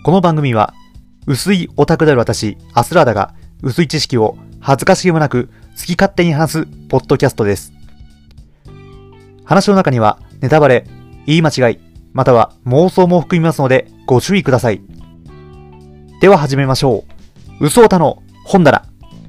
この番組は、薄いオタクである私、アスラーダが薄い知識を恥ずかしげもなく好き勝手に話すポッドキャストです。話の中にはネタバレ、言い間違い、または妄想も含みますのでご注意ください。では始めましょう。薄オタの本棚。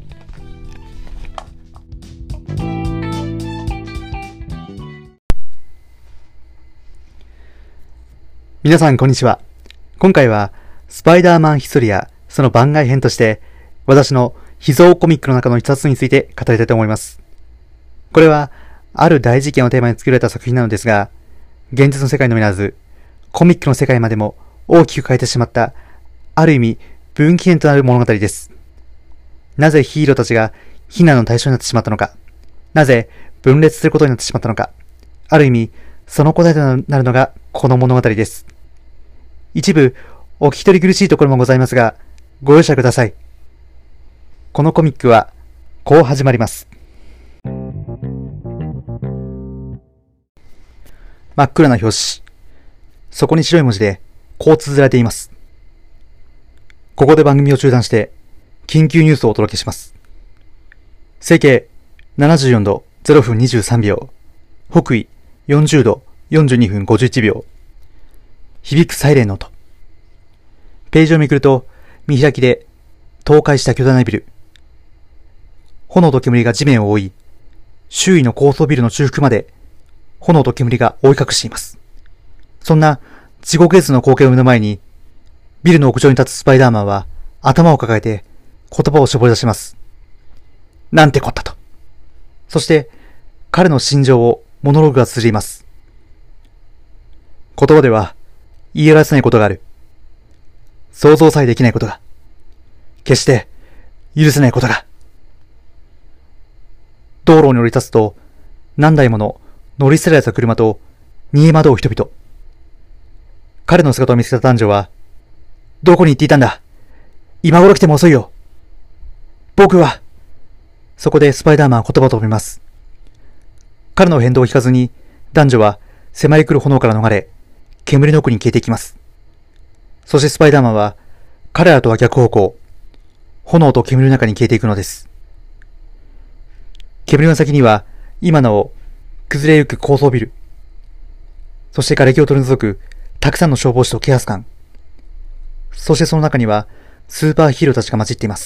皆さんこんにちは。今回はスパイダーマンヒストリアその番外編として私の秘蔵コミックの中の一冊について語りたいと思います。これはある大事件をテーマに作られた作品なのですが、現実の世界のみならずコミックの世界までも大きく変えてしまったある意味分岐点となる物語です。なぜヒーローたちが非難の対象になってしまったのか、なぜ分裂することになってしまったのか、ある意味その答えとなるのがこの物語です。一部お聞き取り苦しいところもございますが、ご容赦ください。このコミックはこう始まります。真っ暗な表紙。そこに白い文字でこう綴られています。ここで番組を中断して緊急ニュースをお届けします。西経74度0分23秒、北緯40度42分51秒。響くサイレンの音。ページをめくると見開きで倒壊した巨大なビル。炎と煙が地面を覆い、周囲の高層ビルの中腹まで炎と煙が覆い隠しています。そんな地獄絵図の光景を目の前に、ビルの屋上に立つスパイダーマンは頭を抱えて言葉を絞り出します。なんてこったと。そして彼の心情をモノローグが綴ります。言葉では言い表せないことがある。想像さえできないことが。決して許せないことが。道路に降り立つと何台もの乗り捨てられた車と逃げ惑う人々。彼の姿を見つけた男女は、どこに行っていたんだ。今頃来ても遅いよ。僕は。そこでスパイダーマンは言葉を止めます。彼の変動を聞かずに男女は迫り来る炎から逃れ、煙の奥に消えていきます。そしてスパイダーマンは彼らとは逆方向、炎と煙の中に消えていくのです。煙の先には今なお崩れゆく高層ビル、そして瓦礫を取り除くたくさんの消防士と警察官、そしてその中にはスーパーヒーローたちが混じっています。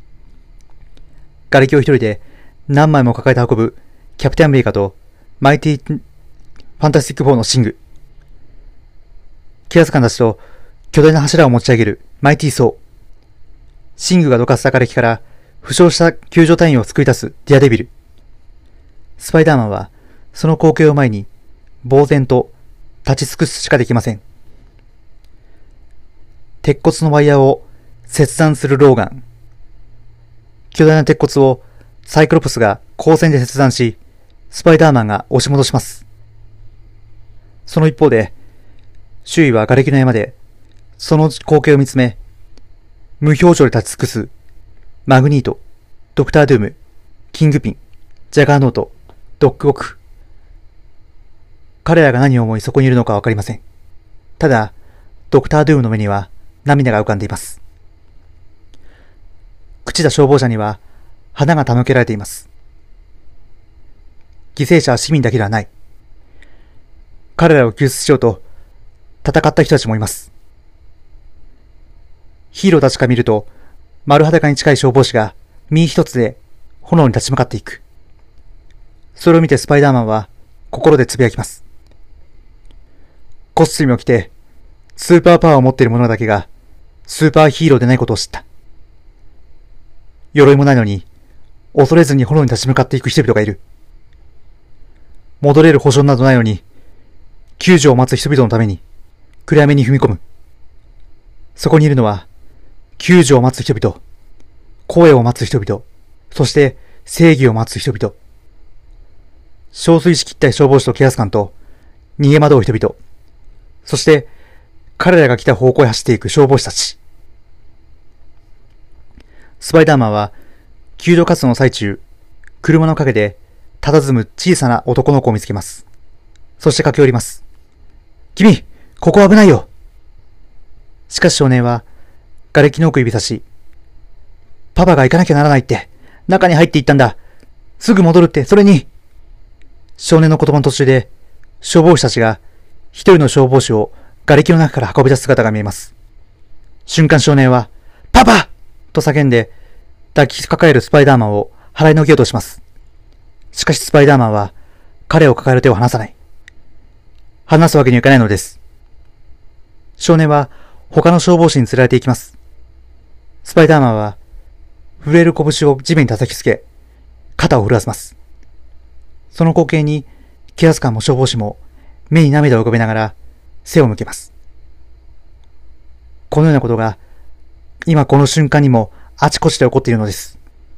瓦礫を一人で何枚も抱えて運ぶキャプテンアメリカとマイティファンタスティック4のシング、警察官たちと巨大な柱を持ち上げるマイティー・ソー。シングがどかした瓦礫から負傷した救助隊員を救い出すディアデビル。スパイダーマンはその光景を前に呆然と立ち尽くすしかできません。鉄骨のワイヤーを切断するローガン。巨大な鉄骨をサイクロプスが光線で切断し、スパイダーマンが押し戻します。その一方で、周囲は瓦礫の山で、その光景を見つめ、無表情で立ち尽くす、マグニート、ドクター・ドゥーム、キングピン、ジャガーノート、ドッグ・ウォーク。彼らが何を思いそこにいるのかわかりません。ただ、ドクター・ドゥームの目には涙が浮かんでいます。朽ちた消防車には花が手向けられています。犠牲者は市民だけではない。彼らを救出しようと戦った人たちもいます。ヒーローたちから見ると、丸裸に近い消防士が身一つで炎に立ち向かっていく。それを見てスパイダーマンは心でつぶやきます。コスチュームを着てスーパーパワーを持っている者だけがスーパーヒーローでないことを知った。鎧もないのに恐れずに炎に立ち向かっていく人々がいる。戻れる保証などないのに救助を待つ人々のために暗闇に踏み込む。そこにいるのは救助を待つ人々、声を待つ人々、そして正義を待つ人々。憔悴しきった消防士と警察官と逃げ惑う人々、そして彼らが来た方向へ走っていく消防士たち。スパイダーマンは救助活動の最中、車の陰で佇む小さな男の子を見つけます。そして駆け寄ります。君、ここは危ないよ。 しかし少年は、瓦礫の奥指さし、パパが行かなきゃならないって、中に入っていったんだ。すぐ戻るって、それに。少年の言葉の途中で、消防士たちが、一人の消防士を瓦礫の中から運び出す姿が見えます。瞬間少年は、パパと叫んで、抱きかかえるスパイダーマンを払いのけようとします。しかしスパイダーマンは、彼を抱える手を離さない。離すわけにはいかないのです。少年は、他の消防士に連れられていきます。スパイダーマンは、震える拳を地面に叩きつけ、肩を震わせます。その光景に、警察官も消防士も、目に涙を浮かべながら、背を向けます。このようなことが、今この瞬間にも、あちこちで起こっているのです。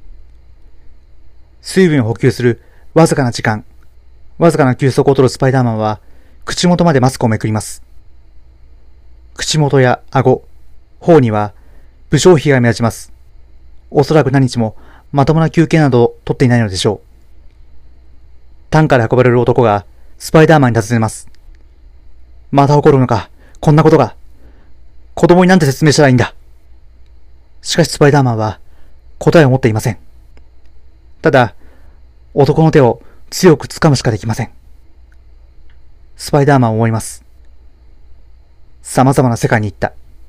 水分を補給する、わずかな時間、わずかな休息を取るスパイダーマンは、口元までマスクをめくります。口元や顎、頬には、武将髭が目立ちます。おそらく何日もまともな休憩などを取っていないのでしょう。担架で運ばれる男がスパイダーマンに尋ねます。また起こるのか、こんなことが。子供になんて説明したらいいんだ。しかしスパイダーマンは答えを持っていません。ただ、男の手を強く掴むしかできません。スパイダーマンは思います。様々な世界に行った。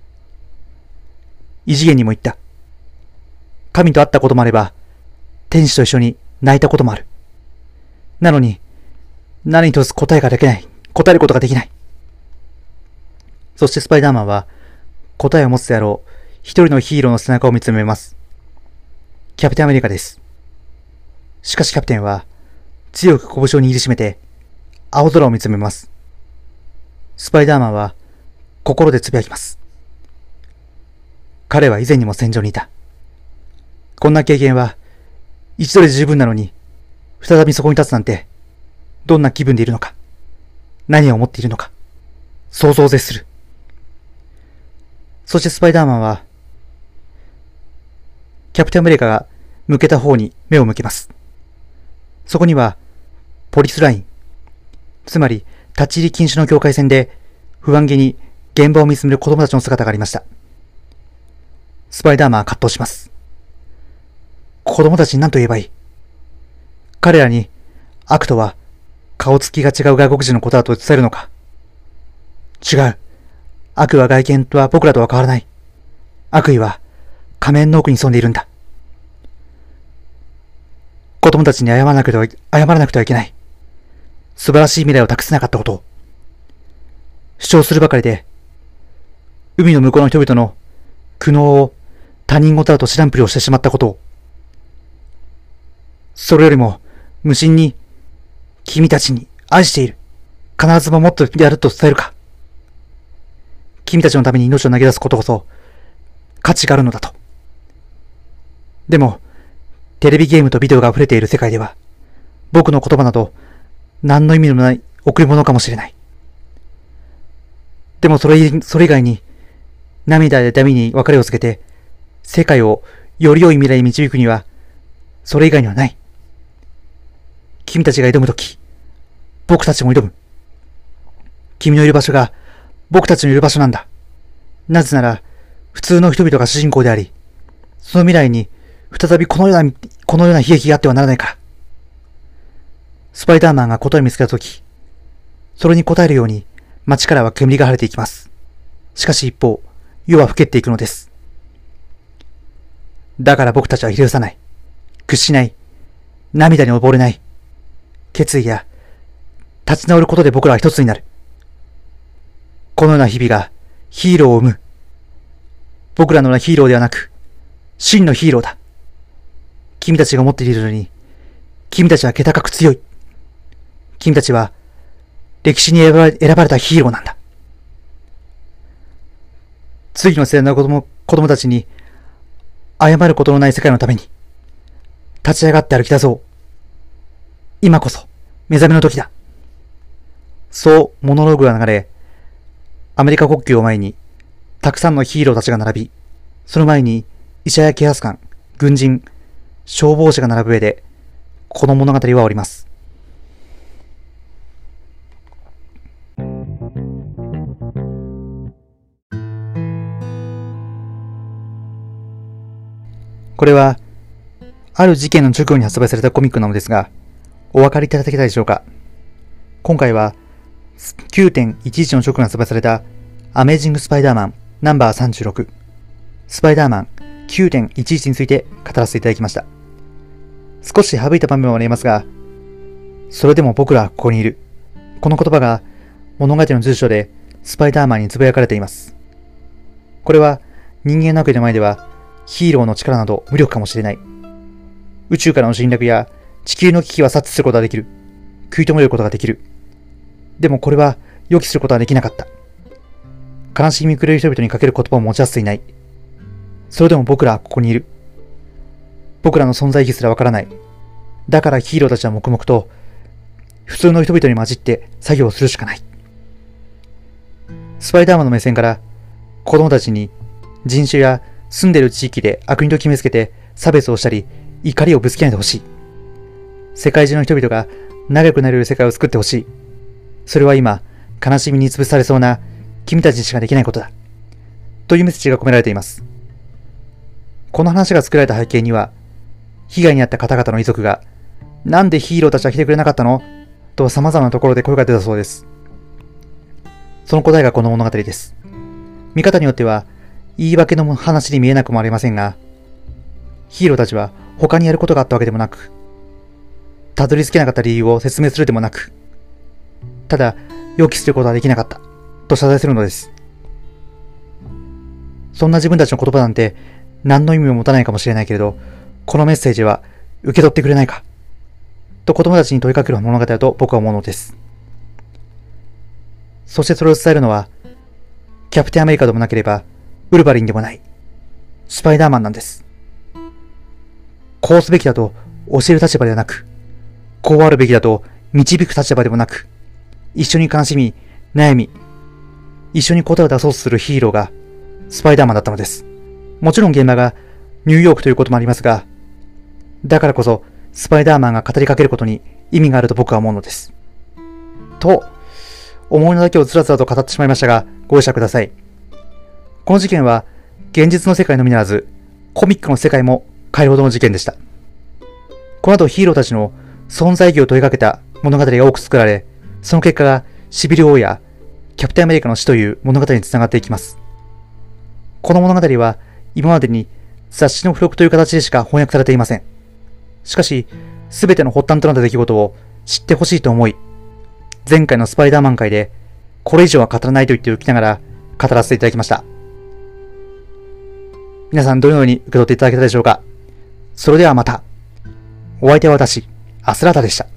異次元にも行った。神と会ったこともあれば、天使と一緒に泣いたこともある。なのに、何一つ答えができない。答えることができない。そしてスパイダーマンは、答えを持つであろう、一人のヒーローの背中を見つめます。キャプテンアメリカです。しかしキャプテンは、強く拳を握りしめて、青空を見つめます。スパイダーマンは、心でつぶやきます。彼は以前にも戦場にいた。こんな経験は、一度で十分なのに、再びそこに立つなんて、どんな気分でいるのか、何を思っているのか、想像を絶する。そしてスパイダーマンは、キャプテンアメリカが向けた方に目を向けます。そこには、ポリスライン、つまり立ち入り禁止の境界線で、不安げに現場を見つめる子供たちの姿がありました。スパイダーマンは葛藤します。子供たちに何と言えばいい。彼らに悪とは顔つきが違う外国人のことだと伝えるのか。違う。悪は外見とは僕らとは変わらない。悪意は仮面の奥に潜んでいるんだ。子供たちに謝らなくてはいけない。素晴らしい未来を託せなかったことを。主張するばかりで、海の向こうの人々の苦悩を他人事だと知らんぷりをしてしまったことを。それよりも、無心に、君たちに愛している。必ず守ってやると伝えるか。君たちのために命を投げ出すことこそ、価値があるのだと。でも、テレビゲームとビデオが溢れている世界では、僕の言葉など、何の意味のない贈り物かもしれない。でもそれ以外に、涙で痛みに別れをつけて、世界をより良い未来に導くには、それ以外にはない。君たちが挑むとき、僕たちも挑む。君のいる場所が、僕たちのいる場所なんだ。なぜなら、普通の人々が主人公であり、その未来に、再びこのような悲劇があってはならないから。スパイダーマンが答えを見つけたとき、それに答えるように、街からは煙が晴れていきます。しかし一方、夜は更けっていくのです。だから僕たちはひれ伏さない。屈しない。涙に溺れない。決意や、立ち直ることで僕らは一つになる。このような日々がヒーローを生む。僕らのようなヒーローではなく、真のヒーローだ。君たちが持っているのに、君たちは気高く強い。君たちは、歴史に選ばれたヒーローなんだ。次の世代の子供たちに、謝ることのない世界のために、立ち上がって歩き出そう。今こそ、目覚めの時だ。そうモノローグが流れ、アメリカ国旗を前に、たくさんのヒーローたちが並び、その前に医者や警察官、軍人、消防士が並ぶ上で、この物語は終わります。 これは、ある事件の直後に発売されたコミックなのですが、お分かりいただけたでしょうか。今回は、9.11 の直後に発売された、アメージング・スパイダーマンナンバー36、スパイダーマン 9.11 について語らせていただきました。少し省いた場面もありますが、それでも僕らはここにいる。この言葉が物語の随所でスパイダーマンに呟かれています。これは人間の悪意の前ではヒーローの力など無力かもしれない。宇宙からの侵略や地球の危機は察知することができる。食い止めることができる。でもこれは予期することはできなかった。悲しみに暮れる人々にかける言葉を持ち合わせていない。それでも僕らはここにいる。僕らの存在意義すらわからない。だからヒーローたちは黙々と普通の人々に混じって作業をするしかない。スパイダーマンの目線から子供たちに人種や住んでいる地域で悪人と決めつけて差別をしたり怒りをぶつけないでほしい。世界中の人々が仲良くなれる世界を作ってほしい。それは今悲しみに潰されそうな君たちにしかできないことだ。というメッセージが込められています。この話が作られた背景には、被害に遭った方々の遺族が、なんでヒーローたちは来てくれなかったのと様々なところで声が出たそうです。その答えがこの物語です。見方によっては、言い訳の話に見えなくもありませんが、ヒーローたちは他にやることがあったわけでもなく、たどり着けなかった理由を説明するでもなく、ただ予期することはできなかった。と謝罪するのです。そんな自分たちの言葉なんて何の意味も持たないかもしれないけれど、このメッセージは受け取ってくれないかと子供たちに問いかける物語だと僕は思うのです。そしてそれを伝えるのはキャプテンアメリカでもなければウルヴァリンでもないスパイダーマンなんです。こうすべきだと教える立場ではなく、こうあるべきだと導く立場でもなく、一緒に悲しみ、悩み、一緒に答えを出そうとするヒーローがスパイダーマンだったのです。もちろん現場がニューヨークということもありますが、だからこそスパイダーマンが語りかけることに意味があると僕は思うのです。と、思いのだけをつらつらと語ってしまいましたが、ご容赦ください。この事件は現実の世界のみならず、コミックの世界も変えるほどの事件でした。この後ヒーローたちの存在意義を問いかけた物語が多く作られ、その結果がシビル王やキャプテンアメリカの死という物語につながっていきます。この物語は今までに雑誌の付録という形でしか翻訳されていません。しかし、すべての発端となった出来事を知ってほしいと思い、前回のスパイダーマン会でこれ以上は語らないと言っておきながら語らせていただきました。皆さんどのように受け取っていただけたでしょうか。それではまた。お相手は私、アスラータでした。